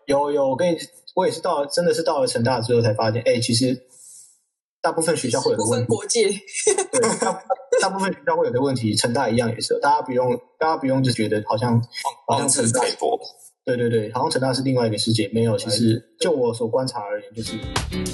有，我也是真的是到了成大之后才发现，其实大部分学校会有的问题， 国界， 对，大部分学校会有的问题，成大一样也是，大家不用就觉得好像成大，对，好像成大是另外一个世界，没有，其实就我所观察而言，就是。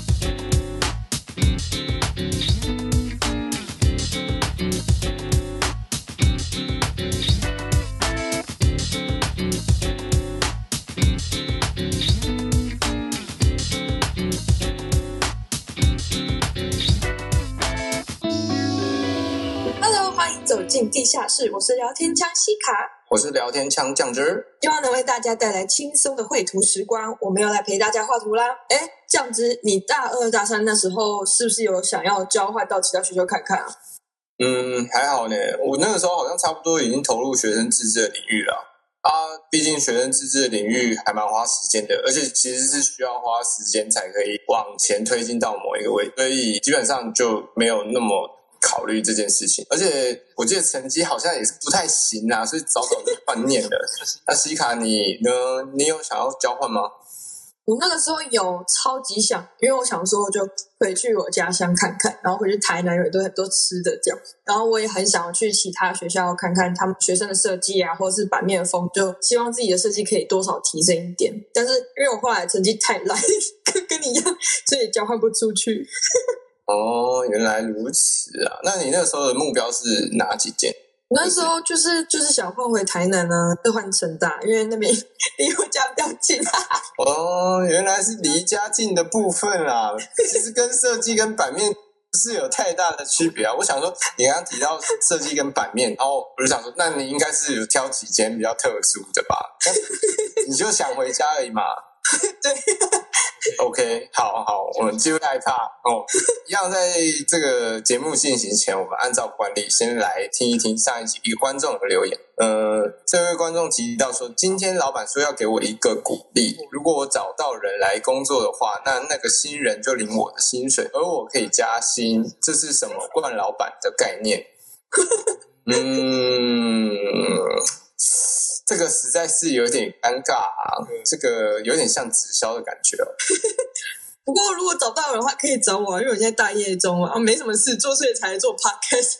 走进地下室，我是聊天枪西卡， 我是聊天枪酱汁， 希望能为大家带来轻松的绘图时光。我们又来陪大家画图啦。酱汁，你大二大三那时候是不是有想要交换到其他学校看看啊？ 还好呢，我那个时候好像差不多已经投入学生自治的领域了毕竟学生自治的领域还蛮花时间的，而且其实是需要花时间才可以往前推进到某一个位置，所以基本上就没有那么考虑这件事情，而且我记得成绩好像也是不太行啊，所以早就换念了。那西卡你呢？你有想要交换吗？ 我那个时候有超级想，因为我想说就回去我家乡看看，然后回去台南有很多吃的这样，然后我也很想要去其他学校看看他们学生的设计啊，或者是版面的风，就希望自己的设计可以多少提升一点。但是因为我后来成绩太烂，跟你一样，所以交换不出去。 哦，原来如此啊！那你那个时候的目标是哪几件？ 那时候就是想换回台南啊，就换成大，因为那边离我家比较近。 原来是离家近的部分啦。其实跟设计跟版面不是有太大的区别啊。我想说，你刚刚提到设计跟版面，然后我就想说，那你应该是有挑几间比较特殊的吧？你就想回家而已嘛。 对 ，OK， 好，我们就害怕一样，在这个节目进行前，我们按照惯例先来听一听上一集一个观众的留言。这位观众提到说，今天老板说要给我一个鼓励，如果我找到人来工作的话，那个新人就领我的薪水，而我可以加薪，这是什么惯老板的概念？这个实在是有点尴尬这个有点像直销的感觉不过如果找到人的话可以找我因为我现在大业中没什么事做，所以才做 podcast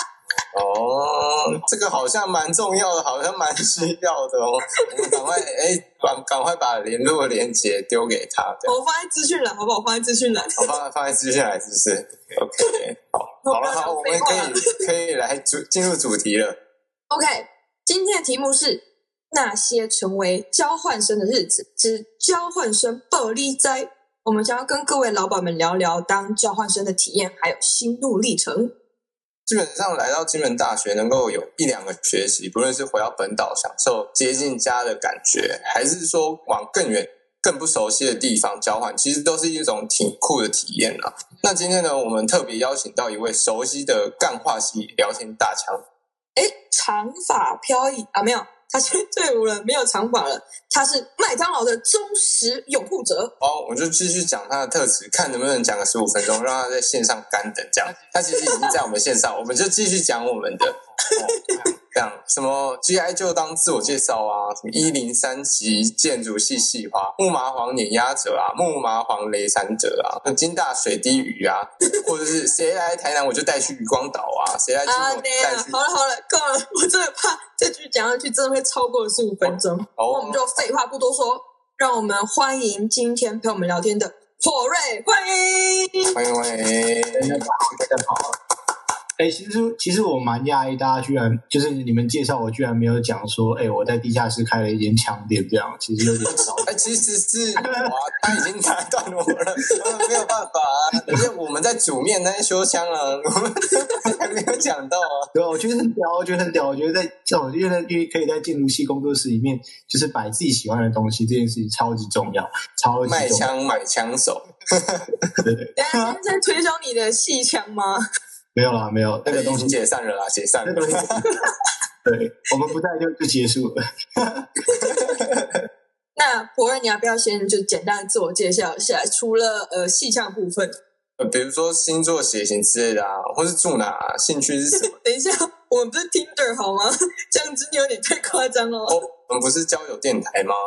这个好像蛮重要的，好像蛮需要的我们赶快把联络连结丢给他。 我放在资讯栏好不好？放在资讯栏放在资讯栏是不是 OK 好，我们可以来进入主题了。 OK， 今天的题目是那些成为交换生的日子之交换生暴力灾。我们想要跟各位老板们聊聊当交换生的体验还有心路历程。 基本上来到金门大学能够有1-2个学习，不论是回到本岛享受接近家的感觉，还是说往更远更不熟悉的地方交换，其实都是一种挺酷的体验啦。那今天呢，我们特别邀请到一位熟悉的干话系聊天大枪。 长发飘逸没有，他现在退伍了，没有长发了。他是麦当劳的忠实拥护者。 我们就继续讲他的特质，看能不能讲个15分钟，让他在线上干等这样。他其实已经在我们线上，我们就继续讲我们的。这样什么 GI 就当自我介绍什么103级建筑系系花，木麻黄碾压者木麻黄雷山者金大水滴鱼或者是谁来台南我就带去渔光岛谁来金门带去。 好了，够了，我真的怕这句讲下去真的会超过15分钟。我们就废话不多说，让我们欢迎今天陪我们聊天的火瑞，欢迎。 大家好。其实我蛮讶异，大家居然就是你们介绍我，居然没有讲说，我在地下室开了一间枪店，这样其实有点少。 其实是他已经打断我了，没有办法而且我们在煮面在修枪我们还没有讲到对，我觉得很屌，我觉得在这种因为可以在建筑系工作室里面，就是摆自己喜欢的东西，这件事情超级重要，超级重要。 卖枪买枪手， 对。等一下在推销你的戏枪吗？ 没有，那个东西解散了解散了。 对，我们不在就结束了。 那博仁，你要不要先就简单的自我介绍一下？除了戏腔部分， 比如说星座、血型之类的或是住哪兴趣是什么？ 等一下，我们不是 Tinder 好吗？这样子你有点太夸张了。 我们不是交友电台吗？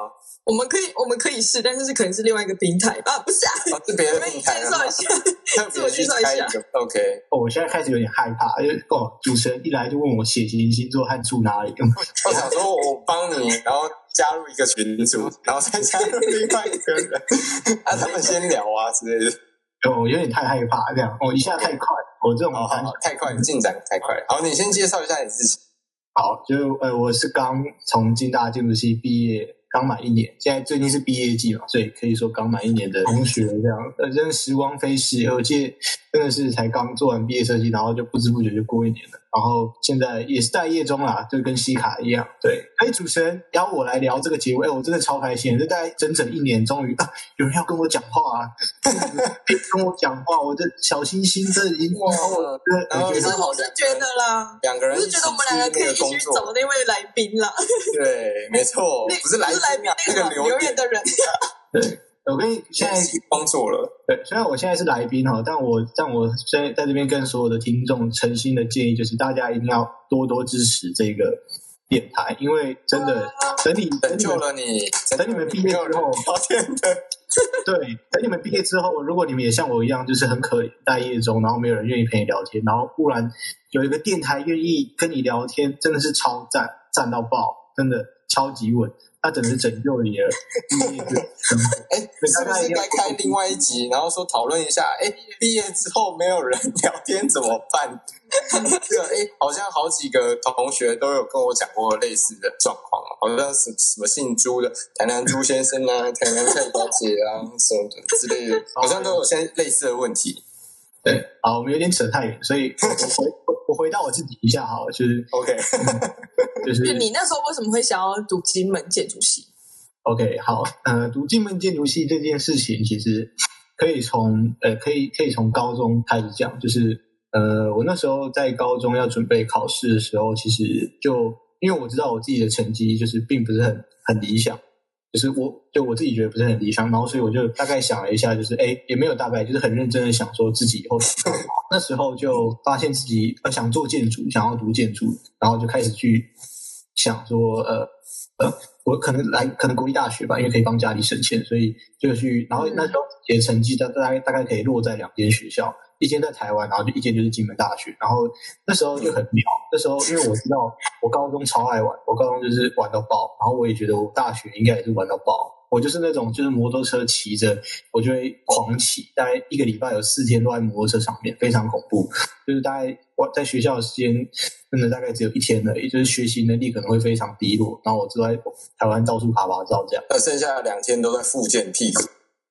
我们可以试，但是可能是另外一个平台吧，不是啊？ 是别的平台介绍一下，自我介绍一下。 OK， 我现在开始有点害怕，因为主持人一来就问我血型、星座和住哪里。 我想说我帮你，然后加入一个群组，然后再加入另外一个人，他们先聊啊之类的。 我有点太害怕，这样一下太快，我这种太快，进展太快。好，你先介绍一下你自己。 好，我是刚从清大建筑系毕业，刚满1年，现在最近是毕业季嘛，所以可以说刚满1年的同学这样，真的时光飞逝，而且真的是才刚做完毕业设计，然后就不知不觉就过1年了，然后现在也是待业中啦，就跟西卡一样。对，主持人邀我来聊这个节目，我真的超开心，这大概整1年，终于有人要跟我讲话啊，跟我讲话，我的小星星这已经我是觉得啦， 两个人我是觉得我们两个可以一起去找那位来宾啦。 对，没错，不是来宾啊，那个留言的人。 对，我跟你现在工作了。 对，虽然我现在是来宾哈，但我在这边跟所有的听众诚心的建议，就是大家一定要多多支持这个电台，因为真的拯救了你， 等你们毕业之后， 聊天的。 对，等你们毕业之后，如果你们也像我一样，就是很可怜待业中，然后没有人愿意陪你聊天，然后忽然有一个电台愿意跟你聊天，真的是超赞到爆，真的超级稳，他真的是拯救你了。 是不是该开另外一集，然后说讨论一下？毕业之后没有人聊天怎么办？这个好像好几个同学都有跟我讲过类似的状况，好像是什么姓朱的台南朱先生啊，台南蔡小姐啊什么的之类的，好像都有些类似的问题。 对，好，我们有点扯太远，所以我回到我自己一下好了，就是 OK， 就是你那时候为什么会想要读金门建筑系 ？OK， 好，读金门建筑系这件事情，其实可以从高中开始讲，就是我那时候在高中要准备考试的时候，其实就因为我知道我自己的成绩就是并不是很理想。就是我自己觉得不是很理想，然后所以我就大概想了一下，就是也没有大概，就是很认真的想说自己以后想干嘛。那时候就发现自己想做建筑，想要读建筑，然后就开始去想说我可能国立大学吧，因为可以帮家里省钱，所以就去，然后那时候自己的成绩大概可以落在2间学校，一间在台湾，然后一间就是金门大学。然后那时候就很妙，那时候因为我知道我高中超爱玩，我高中就是玩到爆，然后我也觉得我大学应该也是玩到爆。我就是那种就是摩托车骑着我就会狂骑，大概1个礼拜有4天都在摩托车上面，非常恐怖。就是大概我在学校的时间真的大概只有1天而已，就是学习能力可能会非常低落，然后我就在台湾到处爬照这样。 剩下的2天都在复健屁股。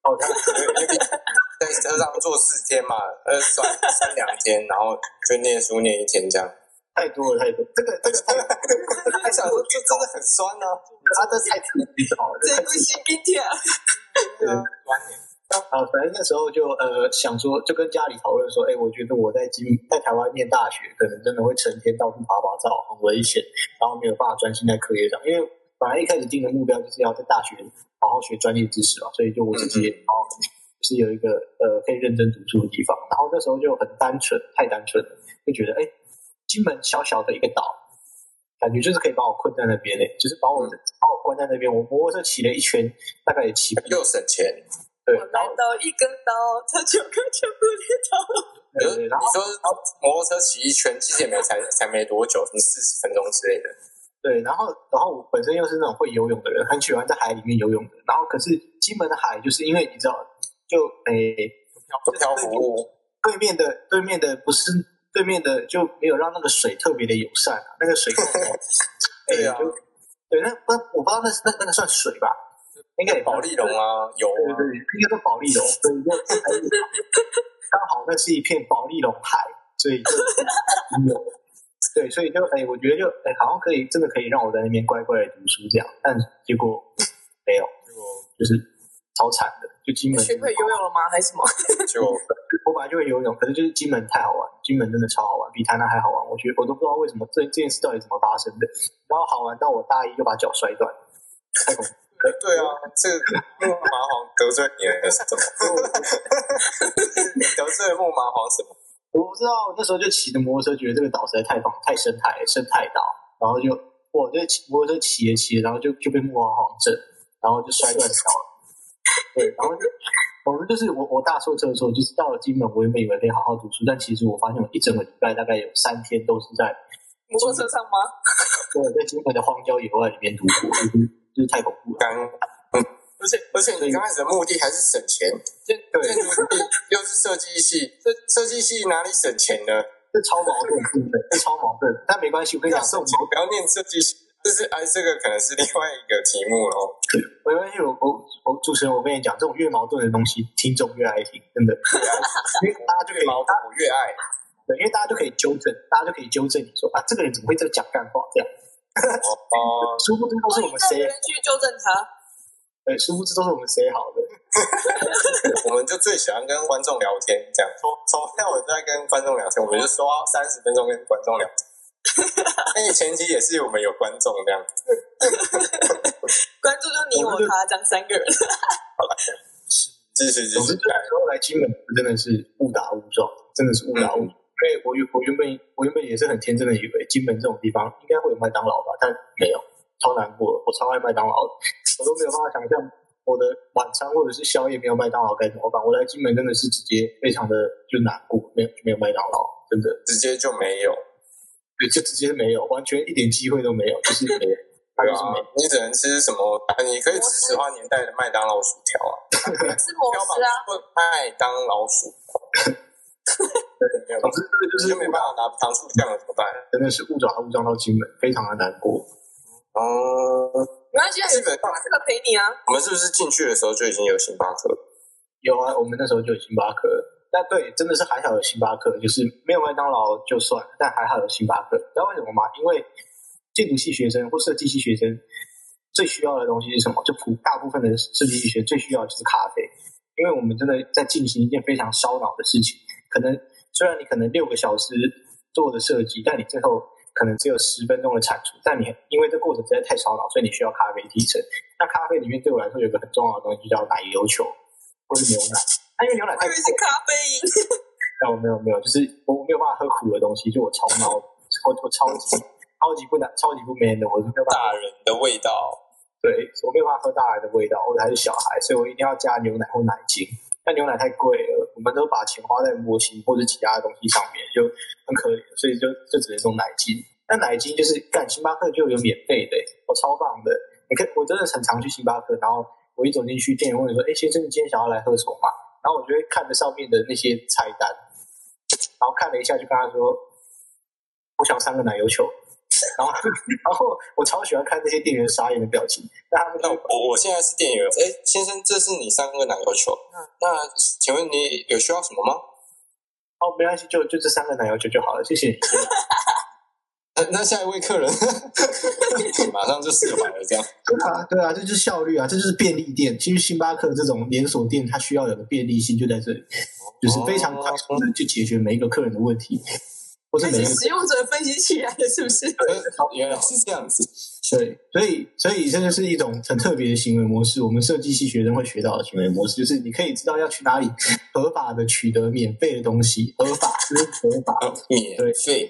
在车上坐4天嘛，算2天，然后就念书念1天这样。 太多了，这个还想说这真的很酸啊！ 这太刺激了， 这不行，给你啊！ 反正那时候就想说，就跟家里讨论说，我觉得我在台湾念大学，可能真的会成天到处爬照，很危险，然后没有办法专心在课业上。因为本来一开始定的目标就是要在大学好好学专业知识嘛，所以就我自己也是有一个可以认真读书的地方。然后那时候就很单纯，太单纯了，就觉得金门小小的一个岛，感觉就是可以把我困在那边就是把我关在那边。我摩托车骑了1圈，大概也骑不又省钱。 对， 我来到一个岛，它就跟全部的岛。 对，然后你说摩托车骑1圈，其实也没才没多久，什么40分钟之类的。 对，然后我本身又是那种会游泳的人，很喜欢在海里面游泳的。然后可是金门的海就是因为你知道，就漂浮物， 对面的不是。对面的就没有让那个水特别的友善那个水对啊， 对，那我不知道那个算水吧？应该也保利龙啊，有啊， 对，应该是保利龙，所以就刚好那是一片保利龙海，所以就有对，所以就我觉得就好像真的可以让我在那边乖乖的读书这样，但结果没有，就是超惨的。就金门学会游泳了吗？还是什么？ 我本来就会游泳，可是就是金门太好玩，金门真的超好玩，比台南还好玩。我觉得我都不知道为什么这件事到底怎么发生的，然后好玩到我大1就把脚摔断，太恐怖。 对啊，这个木麻黄得罪你了什么？你得罪了木麻黄什么？ 我不知道，那时候就骑着摩托车，觉得这个岛实在太棒，太生态岛，然后就我这摩托车骑着，然后就被木麻黄整。 然后就摔断脚了。对，然后总之就是我大错特错，就是到了金门，我原本以为可以好好读书，但其实我发现我一整个礼拜大概有3天都是在摩托车上吗？ 对，在金门的荒郊野外里面度过，就是太恐怖了。 而且你刚开始的目的还是省钱，建筑系又是设计系，这设计系哪里省钱呢？ 这超矛盾，这超矛盾。但没关系，我跟你讲，这种不要念设计系，这个可能是另外一个题目咯。 没关系，我主持人，我跟你讲，这种越矛盾的东西，听众越爱听，真的，因为大家就可以矛盾，我越爱。 对，因为大家就可以纠正，你说啊，这个人怎么会这讲干话这样？殊不知都是我们谁去纠正他。 对，殊不知都是我们谁好的。 我们就最喜欢跟观众聊天，这样从下我在跟观众聊天，我们就说30分钟跟观众聊天。那前提也是我们有观众这样子。 观众就你我他这样3个人。 好了，继续。 总之，那时候来金门真的是误打误撞，真的是误打误撞。因为我原本也是很天真的以为金门这种地方应该会有麦当劳吧，但没有，超难过的。我超爱麦当劳的，我都没有办法想象我的晚餐或者是宵夜没有麦当劳该怎么办。我来金门真的是直接非常的就难过，没有麦当劳，真的直接就没有， 对，就直接没有，完全一点机会都没有，就是没有。 对啊，你只能吃什么？你可以吃10花年代的麦当劳薯条啊， 吃摩斯啊， 麦当劳薯条。对，总之这个就是没办法拿糖醋酱了，怎么办？ 真的是误打误撞到金门，非常的难过。 没关系，基本上这个陪你啊。 我们是不是进去的时候就已经有星巴克？ 有啊，我们那时候就有星巴克。那对，真的是还好有星巴克，就是没有麦当劳就算了，但还好有星巴克。知道为什么吗？因为建筑系学生或设计系学生最需要的东西是什么？就大部分的设计系学生最需要的就是咖啡，因为我们真的在进行一件非常烧脑的事情。可能虽然你可能6个小时做的设计，但你最后可能只有10分钟的产出，但你因为这过程实在太烧脑，所以你需要咖啡提神。那咖啡里面对我来说有个很重要的东西，就叫奶油球或是牛奶。因为牛奶太贵，是咖啡因。 没有，就是我没有办法喝苦的东西，就我超孬，我超级不man的，我是没有办法。 大人的味道， 对，我没有办法喝大人的味道，我还是小孩，所以我一定要加牛奶或奶精。但牛奶太贵了，我们都把钱花在模型或者其他的东西上面，就很可怜，所以就只能用奶精。但奶精就是星巴克就有免费的，我超棒的。我真的很常去星巴克，然后我一走进去，店员问说：“先生，你今天想要来喝什么吗？”然后我就会看着上面的那些菜单，然后看了一下，就跟他说：“我想3个奶油球。”然后我超喜欢看那些店员傻眼的表情。那我现在是店员，先生，这是你3个奶油球。那请问你有需要什么吗？ 哦，没关系，就这3个奶油球就好了，谢谢你。 那下一位客人马上就释怀了，这样。 对啊，这就是效率啊，这就是便利店。其实星巴克这种连锁店，它需要有的便利性就在这里，就是非常快速的去解决每一个客人的问题。 这是使用者分析起来的，是不是？ 原来是这样子。 对，所以这就是一种很特别的行为模式。我们设计系学生会学到的行为模式，就是你可以知道要去哪里合法的取得免费的东西，合法就是合法， 免费。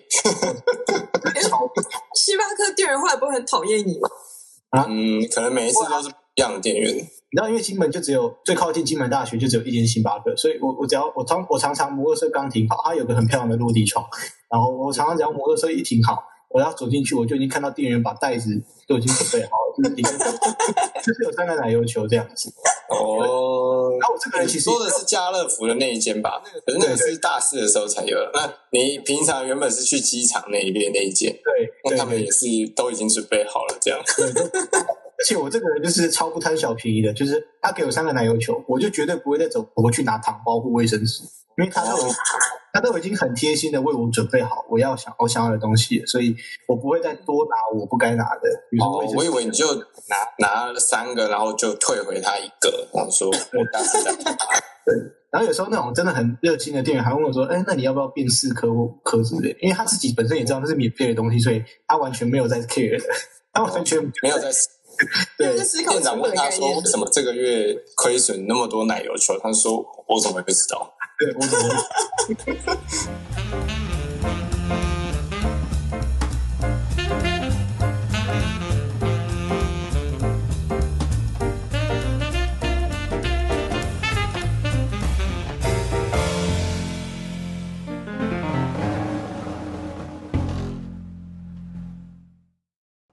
星巴克店员会不会很讨厌你吗？ 可能每一次都是不一样的店员。 你知道，因为金门就只有最靠近金门大学就只有一间星巴克，所以我常常摩托车刚停好，它有个很漂亮的落地窗，然后我常常只要摩托车一停好，我要走进去，我就已经看到店员把袋子都已经准备好了，就是有3个奶油球这样子。 哦， 然后我这个人其实说的是家乐福的那一间吧？可是那个是大4的时候才有的。那你平常原本是去机场那一边那一间， 对， 那他们也是都已经准备好了这样。 对。而且我这个人就是超不贪小便宜的，就是他给我3个奶油球，我就绝对不会再走回去拿糖包或卫生纸，因为他都已经很贴心的为我准备好我想要的东西了，所以我不会再多拿我不该拿的。比如说我以为你就拿了3个，然后就退回他1个，然后说我下次再拿。 对，然后有时候那种真的很热心的店员还问我说：“那你要不要变4颗或5颗之类的？”因为他自己本身也知道那是免费的东西，所以他完全没有在 care 的，他完全没有在。 对， 店长问他说：“为什么这个月亏损那么多奶油球？”他说：“我怎么会不知道？” 对，我怎么会？